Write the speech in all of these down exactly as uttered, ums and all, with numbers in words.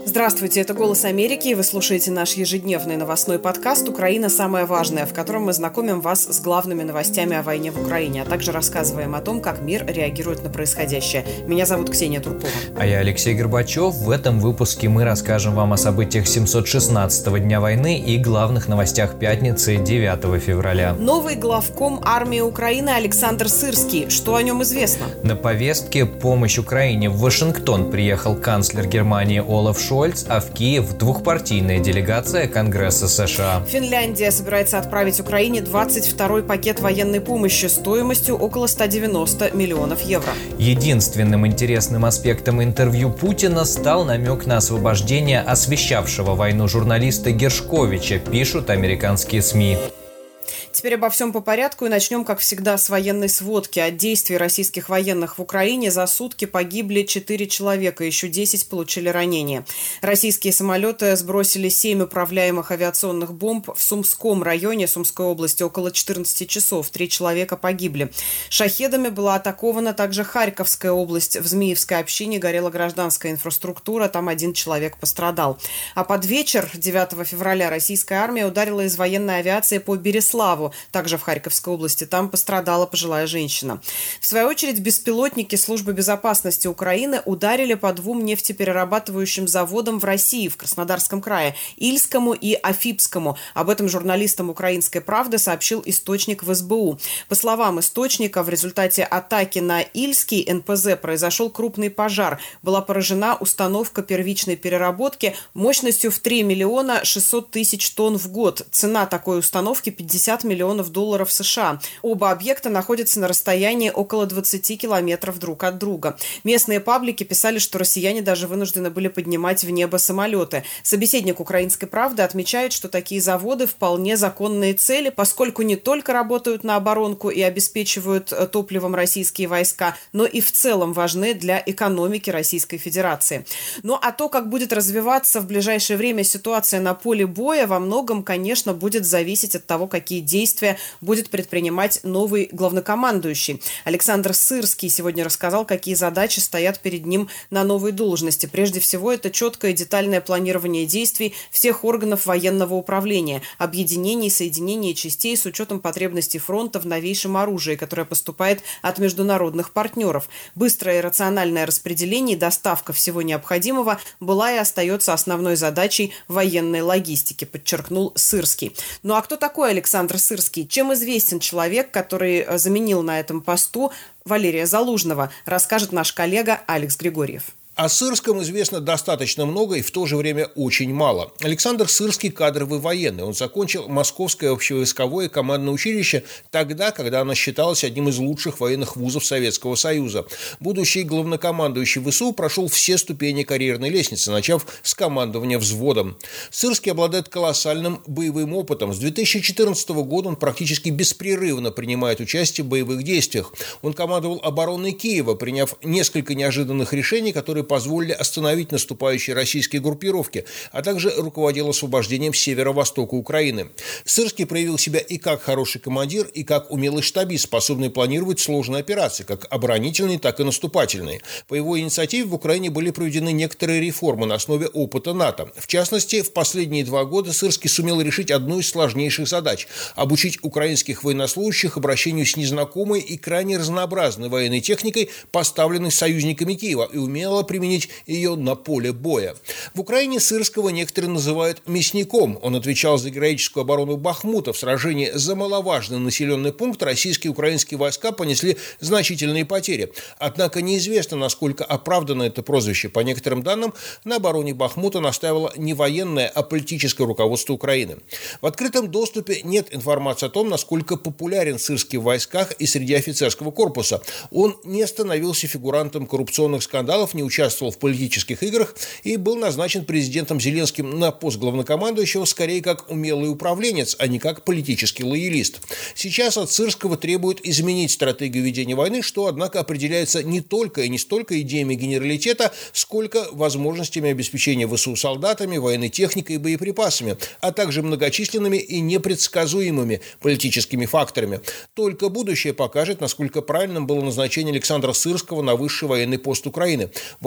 Здравствуйте, это «Голос Америки», и вы слушаете наш ежедневный новостной подкаст «Украина. Самое важное», в котором мы знакомим вас с главными новостями о войне в Украине, а также рассказываем о том, как мир реагирует на происходящее. Меня зовут Ксения Туркова. А я Алексей Горбачев. В этом выпуске мы расскажем вам о событиях семьсот шестнадцатого дня войны и главных новостях пятницы девятого февраля. Новый главком армии Украины Александр Сырский. Что о нем известно? На повестке «Помощь Украине» в Вашингтон приехал канцлер Германии Олаф Шольц, а в Киев двухпартийная делегация Конгресса США. Финляндия собирается отправить Украине двадцать второй пакет военной помощи стоимостью около ста девяноста миллионов евро. Единственным интересным аспектом интервью Путина стал намек на освобождение освещавшего войну журналиста Гершковича, пишут американские СМИ. Теперь обо всем по порядку и начнем, как всегда, с военной сводки. От действий российских военных в Украине за сутки погибли четыре человека, еще десять получили ранения. Российские самолеты сбросили семь управляемых авиационных бомб в Сумском районе Сумской области около четырнадцати часов. Три человека погибли. Шахедами была атакована также Харьковская область. В Змеевской общине горела гражданская инфраструктура, там один человек пострадал. А под вечер девятого февраля российская армия ударила из военной авиации по Береславу, также в Харьковской области. Там пострадала пожилая женщина. В свою очередь, беспилотники службы безопасности Украины ударили по двум нефтеперерабатывающим заводам в России, в Краснодарском крае, Ильскому и Афипскому. Об этом журналистам «Украинской правды» сообщил источник в эс бэ у. По словам источника, в результате атаки на Ильский эн пэ зэ произошел крупный пожар. Была поражена установка первичной переработки мощностью в три миллиона шестьсот тысяч тонн в год. Цена такой установки пятьдесят миллионов долларов США. Оба объекта находятся на расстоянии около двадцати километров друг от друга. Местные паблики писали, что россияне даже вынуждены были поднимать в небо самолеты. Собеседник «Украинской правды» отмечает, что такие заводы вполне законные цели, поскольку не только работают на оборонку и обеспечивают топливом российские войска, но и в целом важны для экономики Российской Федерации. Ну а то, как будет развиваться в ближайшее время ситуация на поле боя, во многом, конечно, будет зависеть от того, какие действия будет предпринимать новый главнокомандующий. Александр Сырский сегодня рассказал, какие задачи стоят перед ним на новой должности. Прежде всего, это четкое и детальное планирование действий всех органов военного управления, объединение и соединение частей с учетом потребностей фронта в новейшем оружии, которое поступает от международных партнеров. Быстрое и рациональное распределение и доставка всего необходимого была и остается основной задачей военной логистики, подчеркнул Сырский. Ну а кто такой Александр Сырский? Чем известен человек, который заменил на этом посту Валерия Залужного, расскажет наш коллега Алекс Григорьев. О Сырском известно достаточно много и в то же время очень мало. Александр Сырский – кадровый военный. Он закончил Московское общевойсковое командное училище тогда, когда оно считалось одним из лучших военных вузов Советского Союза. Будущий главнокомандующий вэ эс у прошел все ступени карьерной лестницы, начав с командования взводом. Сырский обладает колоссальным боевым опытом. С две тысячи четырнадцатого года он практически беспрерывно принимает участие в боевых действиях. Он командовал обороной Киева, приняв несколько неожиданных решений, которые позволили остановить наступающие российские группировки, а также руководил освобождением северо-востока Украины. Сырский проявил себя и как хороший командир, и как умелый штабист, способный планировать сложные операции, как оборонительные, так и наступательные. По его инициативе в Украине были проведены некоторые реформы на основе опыта НАТО. В частности, в последние два года Сырский сумел решить одну из сложнейших задач – обучить украинских военнослужащих обращению с незнакомой и крайне разнообразной военной техникой, поставленной союзниками Киева, и умело применить ее на поле боя. В Украине Сырского некоторые называют мясником. Он отвечал за героическую оборону Бахмута. В сражении за маловажный населенный пункт российские и украинские войска понесли значительные потери. Однако неизвестно, насколько оправдано это прозвище. По некоторым данным, на обороне Бахмута настаивало не военное, а политическое руководство Украины. В открытом доступе нет информации о том, насколько популярен Сырский в войсках и среди офицерского корпуса. Он не становился фигурантом коррупционных скандалов, не участвовал в политических играх и был назначен президентом Зеленским на пост главнокомандующего скорее как умелый управленец, а не как политический лоялист. Сейчас от Сырского требуют изменить стратегию ведения войны, что, однако, определяется не только и не столько идеями генералитета, сколько возможностями обеспечения вэ эс у солдатами, военной техникой и боеприпасами, а также многочисленными и непредсказуемыми политическими факторами. Только будущее покажет, насколько правильным было назначение Александра Сырского на высший военный пост Украины. В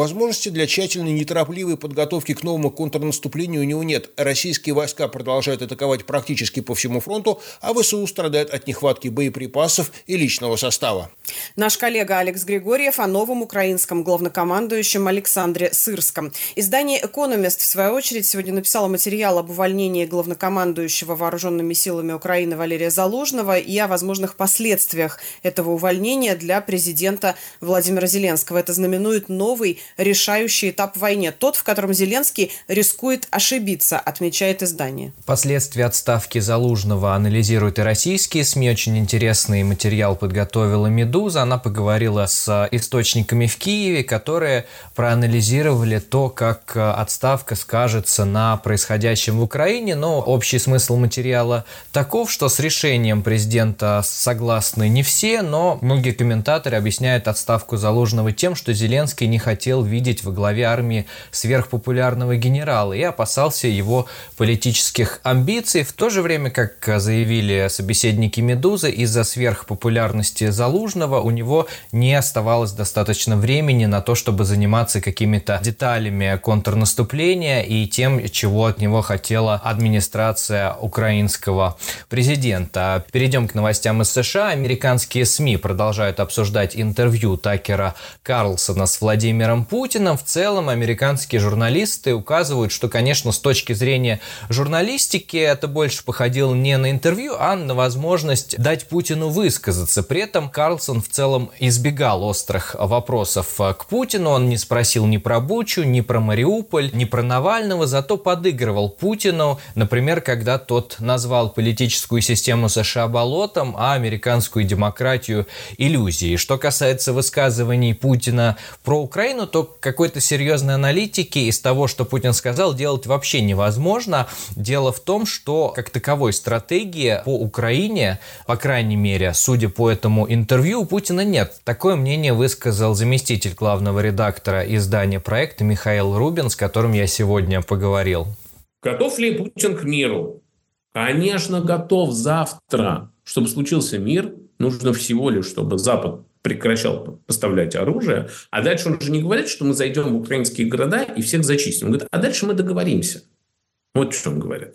Возможности для тщательной, неторопливой подготовки к новому контрнаступлению у него нет. Российские войска продолжают атаковать практически по всему фронту, а ВСУ страдает от нехватки боеприпасов и личного состава. Наш коллега Алекс Григорьев о новом украинском главнокомандующем Александре Сырском. Издание «Экономист», в свою очередь, сегодня написало материал об увольнении главнокомандующего вооруженными силами Украины Валерия Залужного и о возможных последствиях этого увольнения для президента Владимира Зеленского. Это знаменует новый решающий этап в войне. Тот, в котором Зеленский рискует ошибиться, отмечает издание. Последствия отставки Залужного анализируют и российские СМИ. Очень интересный материал подготовила «Медуза». Она поговорила с источниками в Киеве, которые проанализировали то, как отставка скажется на происходящем в Украине. Но общий смысл материала таков, что с решением президента согласны не все, но многие комментаторы объясняют отставку Залужного тем, что Зеленский не хотел видеть во главе армии сверхпопулярного генерала и опасался его политических амбиций. В то же время, как заявили собеседники «Медузы», из-за сверхпопулярности Залужного у него не оставалось достаточно времени на то, чтобы заниматься какими-то деталями контрнаступления и тем, чего от него хотела администрация украинского президента. Перейдем к новостям из США. Американские СМИ продолжают обсуждать интервью Такера Карлсона с Владимиром Путиным. В целом, американские журналисты указывают, что, конечно, с точки зрения журналистики это больше походило не на интервью, а на возможность дать Путину высказаться. При этом Карлсон в целом избегал острых вопросов к Путину. Он не спросил ни про Бучу, ни про Мариуполь, ни про Навального, зато подыгрывал Путину, например, когда тот назвал политическую систему США болотом, а американскую демократию иллюзией. Что касается высказываний Путина про Украину, то какой-то серьезной аналитики из того, что Путин сказал, делать вообще невозможно. Дело в том, что как таковой стратегии по Украине, по крайней мере, судя по этому интервью, у Путина нет. Такое мнение высказал заместитель главного редактора издания «Проект» Михаил Рубин, с которым я сегодня поговорил. Готов ли Путин к миру? Конечно, готов. Завтра, чтобы случился мир, нужно всего лишь, чтобы Запад прекращал поставлять оружие. А дальше он же не говорит, что мы зайдем в украинские города и всех зачистим. Он говорит, а дальше мы договоримся. Вот что он говорит.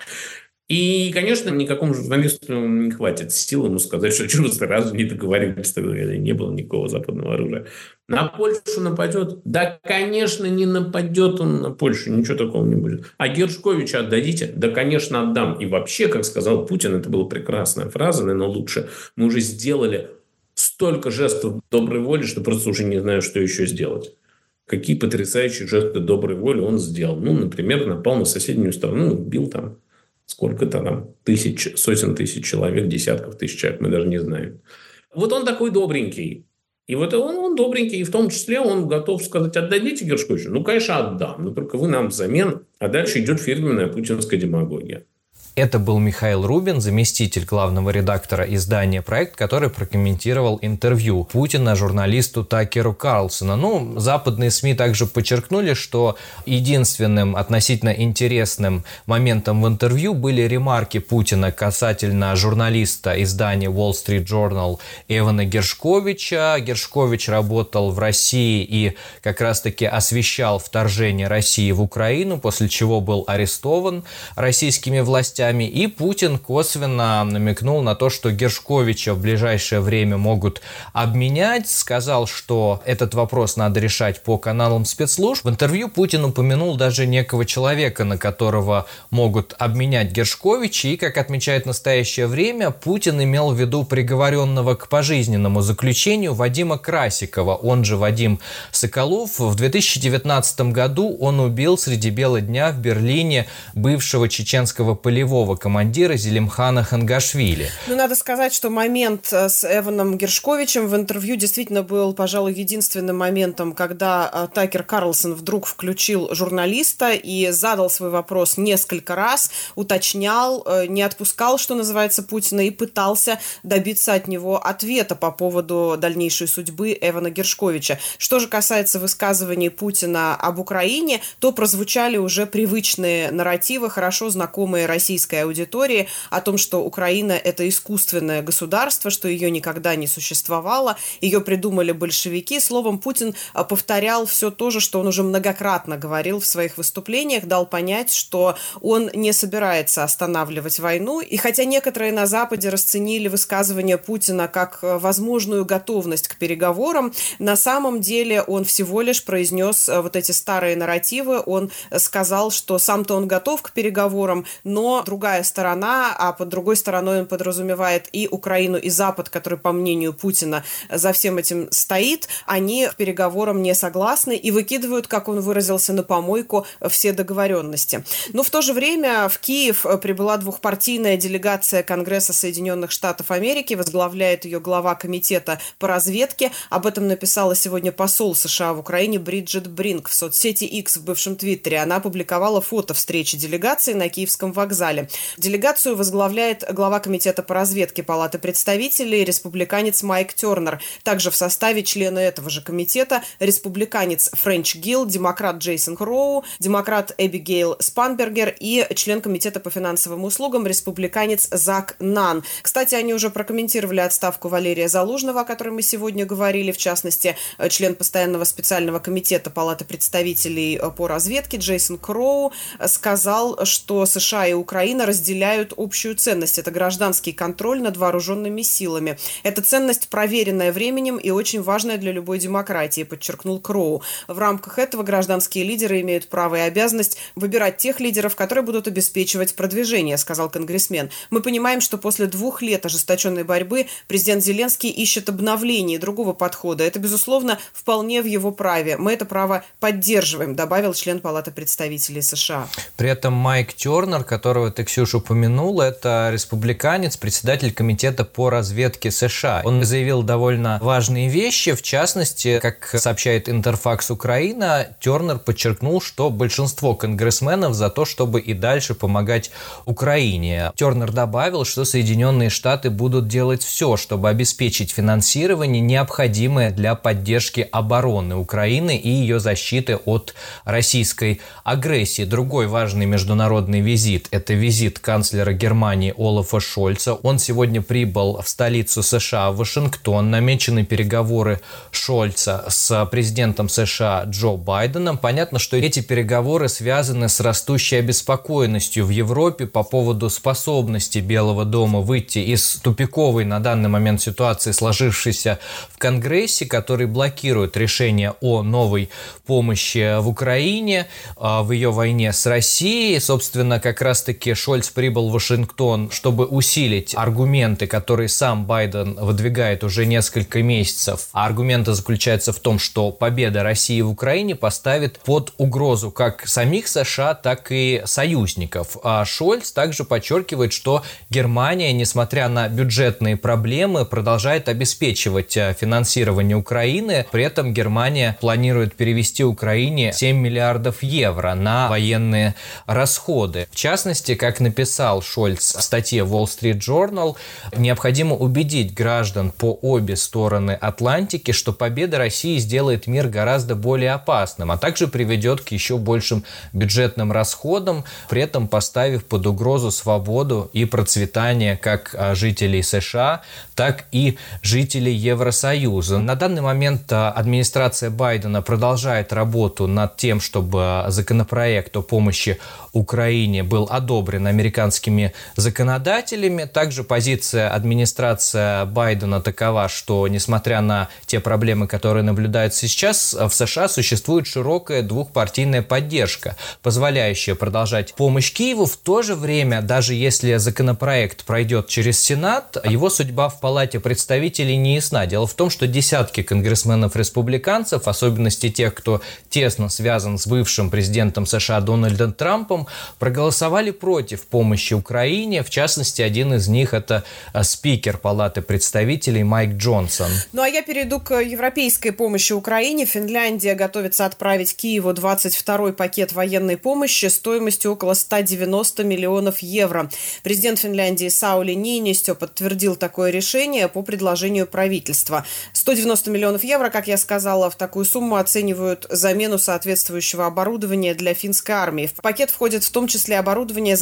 И, конечно, никакому журналисту не хватит сил ему сказать, что что вы сразу не договорились, тогда не было никакого западного оружия. На Польшу нападет? Да, конечно, не нападет он на Польшу, ничего такого не будет. А Гершковича отдадите? Да, конечно, отдам. И вообще, как сказал Путин, это была прекрасная фраза, наверное, лучше. Мы уже сделали столько жестов доброй воли, что просто уже не знаю, что еще сделать. Какие потрясающие жесты доброй воли он сделал. Ну, например, напал на соседнюю сторону, убил там сколько-то там тысяч, сотен тысяч человек, десятков тысяч человек, мы даже не знаем. Вот он такой добренький. И вот он, он добренький, и в том числе он готов сказать, отдадите Гершковичу? Ну, конечно, отдам, но только вы нам взамен. А дальше идет фирменная путинская демагогия. Это был Михаил Рубин, заместитель главного редактора издания «Проект», который прокомментировал интервью Путина журналисту Такеру Карлсону. Ну, западные СМИ также подчеркнули, что единственным относительно интересным моментом в интервью были ремарки Путина касательно журналиста издания Wall Street Journal Эвана Гершковича. Гершкович работал в России и как раз-таки освещал вторжение России в Украину, после чего был арестован российскими властями. И Путин косвенно намекнул на то, что Гершковича в ближайшее время могут обменять. Сказал, что этот вопрос надо решать по каналам спецслужб. В интервью Путин упомянул даже некого человека, на которого могут обменять Гершковича. И, как отмечает настоящее время, Путин имел в виду приговоренного к пожизненному заключению Вадима Красикова, он же Вадим Соколов. В две тысячи девятнадцатом году он убил среди бела дня в Берлине бывшего чеченского полевого командира Зелимхана Хангашвили. Ну, надо сказать, что момент с Эваном Гершковичем в интервью действительно был, пожалуй, единственным моментом, когда Такер Карлсон вдруг включил журналиста и задал свой вопрос несколько раз, уточнял, не отпускал, что называется, Путина, и пытался добиться от него ответа по поводу дальнейшей судьбы Эвана Гершковича. Что же касается высказываний Путина об Украине, то прозвучали уже привычные нарративы, хорошо знакомые российским российской аудитории о том, что Украина – это искусственное государство, что ее никогда не существовало, ее придумали большевики. Словом, Путин повторял все то же, что он уже многократно говорил в своих выступлениях, дал понять, что он не собирается останавливать войну. И хотя некоторые на Западе расценили высказывание Путина как возможную готовность к переговорам, на самом деле он всего лишь произнес вот эти старые нарративы. Он сказал, что сам-то он готов к переговорам, но другая сторона, а под другой стороной он подразумевает и Украину, и Запад, который, по мнению Путина, за всем этим стоит, они к переговорам не согласны и выкидывают, как он выразился, на помойку все договоренности. Но в то же время в Киев прибыла двухпартийная делегация Конгресса Соединенных Штатов Америки, возглавляет ее глава комитета по разведке. Об этом написала сегодня посол США в Украине Бриджит Бринк в соцсети X в бывшем Твиттере. Она опубликовала фото встречи делегации на Киевском вокзале. Делегацию возглавляет глава комитета по разведке Палаты представителей, республиканец Майк Тернер. Также в составе члены этого же комитета республиканец Френч Гилл, демократ Джейсон Кроу, демократ Эбигейл Спанбергер и член комитета по финансовым услугам республиканец Зак Нан. Кстати, они уже прокомментировали отставку Валерия Залужного, о которой мы сегодня говорили, в частности, член постоянного специального комитета Палаты представителей по разведке Джейсон Кроу сказал, что США и Украина разделяют общую ценность. Это гражданский контроль над вооруженными силами. Эта ценность проверенная временем и очень важная для любой демократии, подчеркнул Кроу. В рамках этого гражданские лидеры имеют право и обязанность выбирать тех лидеров, которые будут обеспечивать продвижение, сказал конгрессмен. Мы понимаем, что после двух лет ожесточенной борьбы президент Зеленский ищет обновления и другого подхода. Это, безусловно, вполне в его праве. Мы это право поддерживаем, добавил член Палаты представителей США. При этом Майк Тернер, которого ты, Ксюша, упомянул, это республиканец, председатель комитета по разведке США. Он заявил довольно важные вещи, в частности, как сообщает Интерфакс Украина, Тернер подчеркнул, что большинство конгрессменов за то, чтобы и дальше помогать Украине. Тернер добавил, что Соединенные Штаты будут делать все, чтобы обеспечить финансирование, необходимое для поддержки обороны Украины и ее защиты от российской агрессии. Другой важный международный визит – это визит канцлера Германии Олафа Шольца. Он сегодня прибыл в столицу США, в Вашингтон. Намечены переговоры Шольца с президентом США Джо Байденом. Понятно, что эти переговоры связаны с растущей обеспокоенностью в Европе по поводу способности Белого дома выйти из тупиковой на данный момент ситуации, сложившейся в Конгрессе, который блокирует решение о новой помощи в Украине, в ее войне с Россией. Собственно, как раз-таки Шольц прибыл в Вашингтон, чтобы усилить аргументы, которые сам Байден выдвигает уже несколько месяцев. А аргументы заключаются в том, что победа России в Украине поставит под угрозу как самих США, так и союзников. А Шольц также подчеркивает, что Германия, несмотря на бюджетные проблемы, продолжает обеспечивать финансирование Украины. При этом Германия планирует перевести Украине семь миллиардов евро на военные расходы. В частности, как написал Шольц в статье Wall Street Journal, необходимо убедить граждан по обе стороны Атлантики, что победа России сделает мир гораздо более опасным, а также приведет к еще большим бюджетным расходам, при этом поставив под угрозу свободу и процветание как жителей США, так и жителей Евросоюза. На данный момент администрация Байдена продолжает работу над тем, чтобы законопроект о помощи Украине был одобрен американскими законодателями. Также позиция администрации Байдена такова, что, несмотря на те проблемы, которые наблюдаются сейчас, в США существует широкая двухпартийная поддержка, позволяющая продолжать помощь Киеву. В то же время, даже если законопроект пройдет через Сенат, его судьба в Палате представителей не ясна. Дело в том, что десятки конгрессменов-республиканцев, в особенности тех, кто тесно связан с бывшим президентом США Дональдом Трампом, проголосовали против помощи Украине. В частности, один из них – это спикер Палаты представителей Майк Джонсон. Ну а я перейду к европейской помощи Украине. Финляндия готовится отправить Киеву двадцать второй пакет военной помощи стоимостью около ста девяноста миллионов евро. Президент Финляндии Саули Ниинистё подтвердил такое решение по предложению правительства. сто девяносто миллионов евро, как я сказала, в такую сумму оценивают замену соответствующего оборудования для финской армии. В пакет входит в том числе оборудование,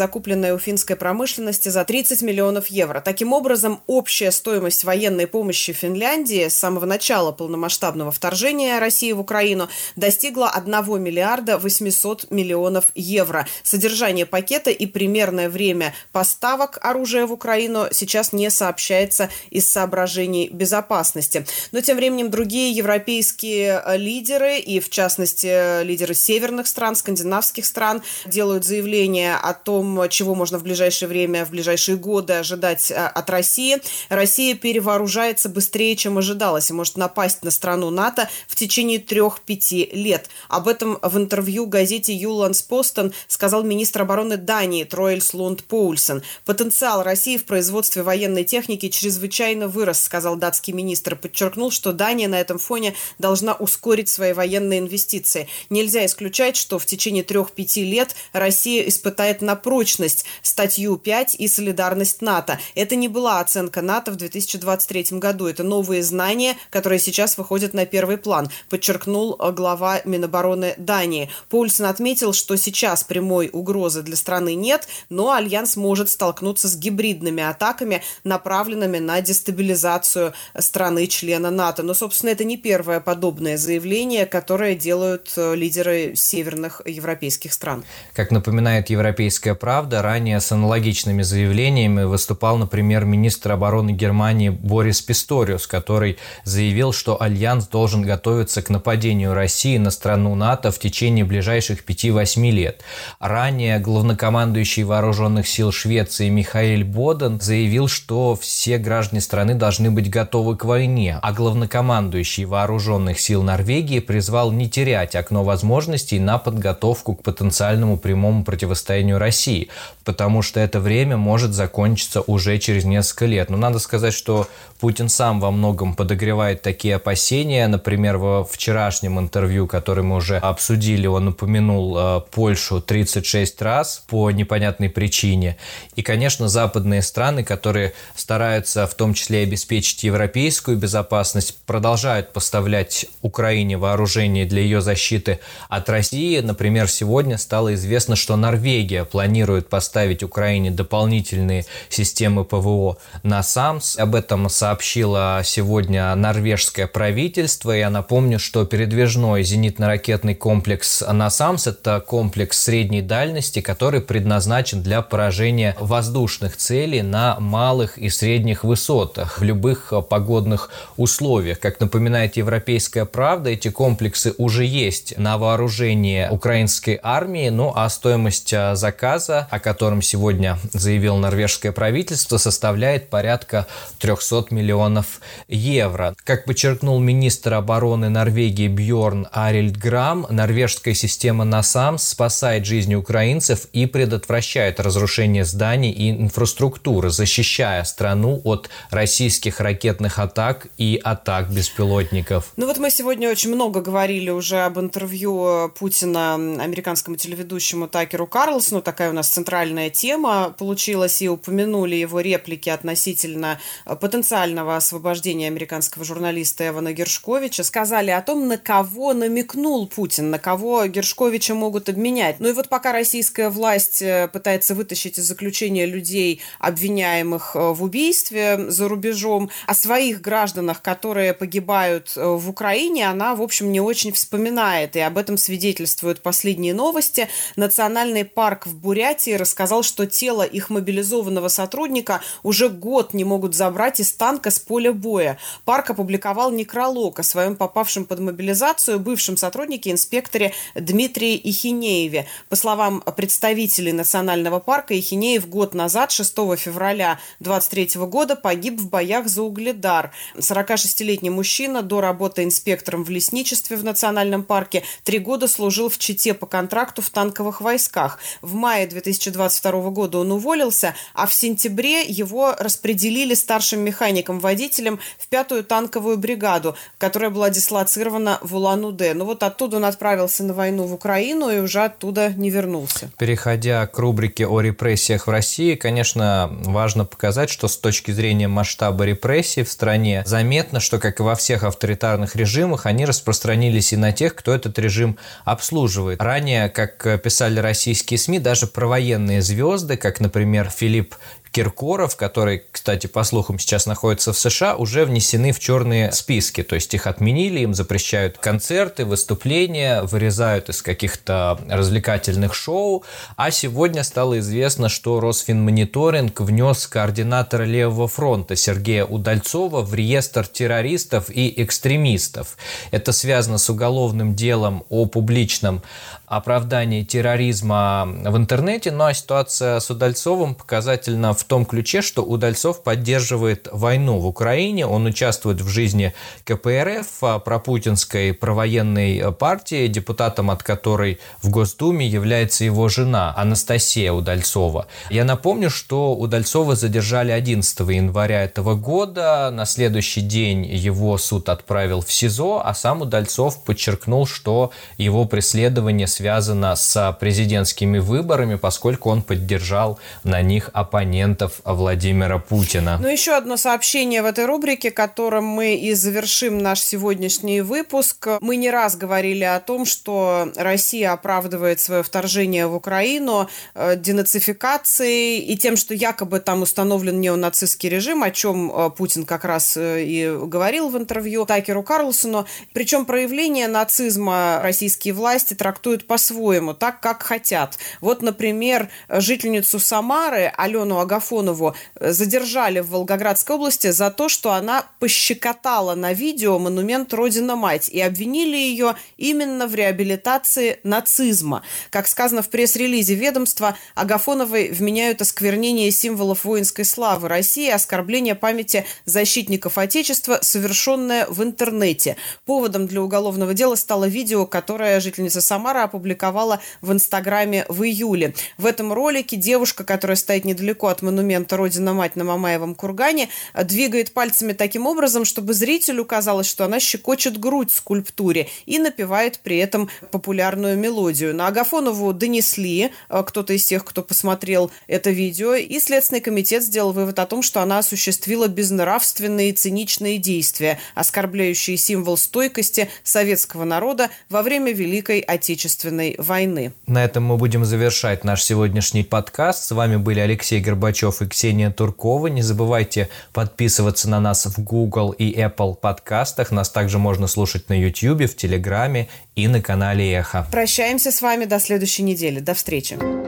закупленное у финской промышленности за тридцать миллионов евро. Таким образом, общая стоимость военной помощи Финляндии с самого начала полномасштабного вторжения России в Украину достигла одного миллиарда восемьсот миллионов евро. Содержание пакета и примерное время поставок оружия в Украину сейчас не сообщается из соображений безопасности. Но тем временем другие европейские лидеры, и в частности лидеры северных стран, скандинавских стран, делают заявление о том, чего можно в ближайшее время, в ближайшие годы ожидать от России. Россия перевооружается быстрее, чем ожидалось, и может напасть на страну НАТО в течение трех-пяти лет. Об этом в интервью газете Юландспостен сказал министр обороны Дании Троэльс Лунд Поульсен. Потенциал России в производстве военной техники чрезвычайно вырос, сказал датский министр. Подчеркнул, что Дания на этом фоне должна ускорить свои военные инвестиции. Нельзя исключать, что в течение трех-пяти лет Россия испытает на прочность статью пять и солидарность НАТО. Это не была оценка НАТО в две тысячи двадцать третьем году. Это новые знания, которые сейчас выходят на первый план, подчеркнул глава Минобороны Дании. Поульсен отметил, что сейчас прямой угрозы для страны нет, но Альянс может столкнуться с гибридными атаками, направленными на дестабилизацию страны-члена НАТО. Но, собственно, это не первое подобное заявление, которое делают лидеры северных европейских стран. Как напоминает «Европейская правда», ранее с аналогичными заявлениями выступал, например, министр обороны Германии Борис Писториус, который заявил, что Альянс должен готовиться к нападению России на страну НАТО в течение ближайших пяти-восьми лет. Ранее главнокомандующий вооруженных сил Швеции Михаэль Боден заявил, что все граждане страны должны быть готовы к войне, а главнокомандующий вооруженных сил Норвегии призвал не терять окно возможностей на подготовку к потенциальному прямому противостоянию России, потому что это время может закончиться уже через несколько лет. Но надо сказать, что Путин сам во многом подогревает такие опасения. Например, во вчерашнем интервью, которое мы уже обсудили, он упомянул э, Польшу тридцать шесть раз по непонятной причине. И, конечно, западные страны, которые стараются в том числе обеспечить европейскую безопасность, продолжают поставлять Украине вооружение для ее защиты от России. Например, сегодня стало известно, что Норвегия планирует поставить Украине дополнительные системы ПВО «Насамс». Об этом сообщило сегодня норвежское правительство. Я напомню, что передвижной зенитно-ракетный комплекс «Насамс» — это комплекс средней дальности, который предназначен для поражения воздушных целей на малых и средних высотах в любых погодных условиях. Как напоминает «Европейская правда», эти комплексы уже есть на вооружении украинской армии, ну а стоимость заказа, о котором сегодня заявил норвежское правительство, составляет порядка триста миллионов евро. Как подчеркнул министр обороны Норвегии Бьорн Арильдграм, норвежская система «Насамс» спасает жизни украинцев и предотвращает разрушение зданий и инфраструктуры, защищая страну от российских ракетных атак и атак беспилотников. Ну вот мы сегодня очень много говорили уже об интервью Путина американскому телеведущему Такеру Карлсону. Такая у нас центральная тема получилась, и упомянули его реплики относительно потенциального освобождения американского журналиста Эвана Гершковича. Сказали о том, на кого намекнул Путин, на кого Гершковича могут обменять. Ну и вот пока российская власть пытается вытащить из заключения людей, обвиняемых в убийстве за рубежом, о своих гражданах, которые погибают в Украине, она, в общем, не очень вспоминает. И об этом свидетельствуют последние новости. Национальный парк в Бурятии рассказал, что тело их мобилизованного сотрудника уже год не могут забрать из танка с поля боя. Парк опубликовал некролог о своем попавшем под мобилизацию бывшем сотруднике, инспекторе Дмитрии Ихинееве. По словам представителей национального парка, Ихинеев год назад, шестого февраля двадцать третьего года, погиб в боях за Угледар. сорокашестилетний мужчина до работы инспектором в лесничестве в национальном парке три года служил в Чите по контракту в танковых войсках. В мае две тысячи двадцать второго года он уволился, а в сентябре его распределили старшим механиком-водителем в пятую танковую бригаду, которая была дислоцирована в Улан-Удэ. Ну вот оттуда он отправился на войну в Украину и уже оттуда не вернулся. Переходя к рубрике о репрессиях в России, конечно, важно показать, что с точки зрения масштаба репрессий в стране заметно, что, как и во всех авторитарных режимах, они распространились и на тех, кто этот режим обслуживает. Ранее, как писали российские СМИ, даже проводили военные звезды, как, например, Филипп Киркоров, который, кстати, по слухам сейчас находится в США, уже внесены в черные списки. То есть их отменили, им запрещают концерты, выступления, вырезают из каких-то развлекательных шоу. А сегодня стало известно, что Росфинмониторинг внес координатора Левого фронта Сергея Удальцова в реестр террористов и экстремистов. Это связано с уголовным делом о публичном оправдании терроризма в интернете. Ну а ситуация с Удальцовым показательна в том ключе, что Удальцов поддерживает войну в Украине, он участвует в жизни ка пэ эр эф, пропутинской провоенной партии, депутатом от которой в Госдуме является его жена Анастасия Удальцова. Я напомню, что Удальцова задержали одиннадцатого января этого года, на следующий день его суд отправил в СИЗО, а сам Удальцов подчеркнул, что его преследование связано с президентскими выборами, поскольку он поддержал на них оппонентов Владимира Путина. Ну, еще одно сообщение в этой рубрике, которым мы и завершим наш сегодняшний выпуск. Мы не раз говорили о том, что Россия оправдывает свое вторжение в Украину денацификацией и тем, что якобы там установлен неонацистский режим, о чем Путин как раз и говорил в интервью Такеру Карлсону. Причем проявление нацизма российские власти трактуют по-своему, так, как хотят. Вот, например, жительницу Самары Алену Агафонову задержали в Волгоградской области за то, что она пощекотала на видео монумент «Родина-мать» и обвинили ее именно в реабилитации нацизма. Как сказано в пресс-релизе ведомства, Агафоновой вменяют осквернение символов воинской славы России, оскорбление памяти защитников Отечества, совершенное в интернете. Поводом для уголовного дела стало видео, которое жительница Самары опубликовала в Инстаграме в июле. В этом ролике девушка, которая стоит недалеко от монумента «Родина-мать» на Мамаевом кургане, двигает пальцами таким образом, чтобы зрителю казалось, что она щекочет грудь скульптуре и напевает при этом популярную мелодию. На Агафонову донесли кто-то из тех, кто посмотрел это видео, и Следственный комитет сделал вывод о том, что она осуществила безнравственные и циничные действия, оскорбляющие символ стойкости советского народа во время Великой Отечественной войны. На этом мы будем завершать наш сегодняшний подкаст. С вами были Алексей Горбачев и Ксения Туркова. Не забывайте подписываться на нас в Google и Apple подкастах. Нас также можно слушать на YouTube, в Телеграме и на канале Эхо. Прощаемся с вами до следующей недели. До встречи.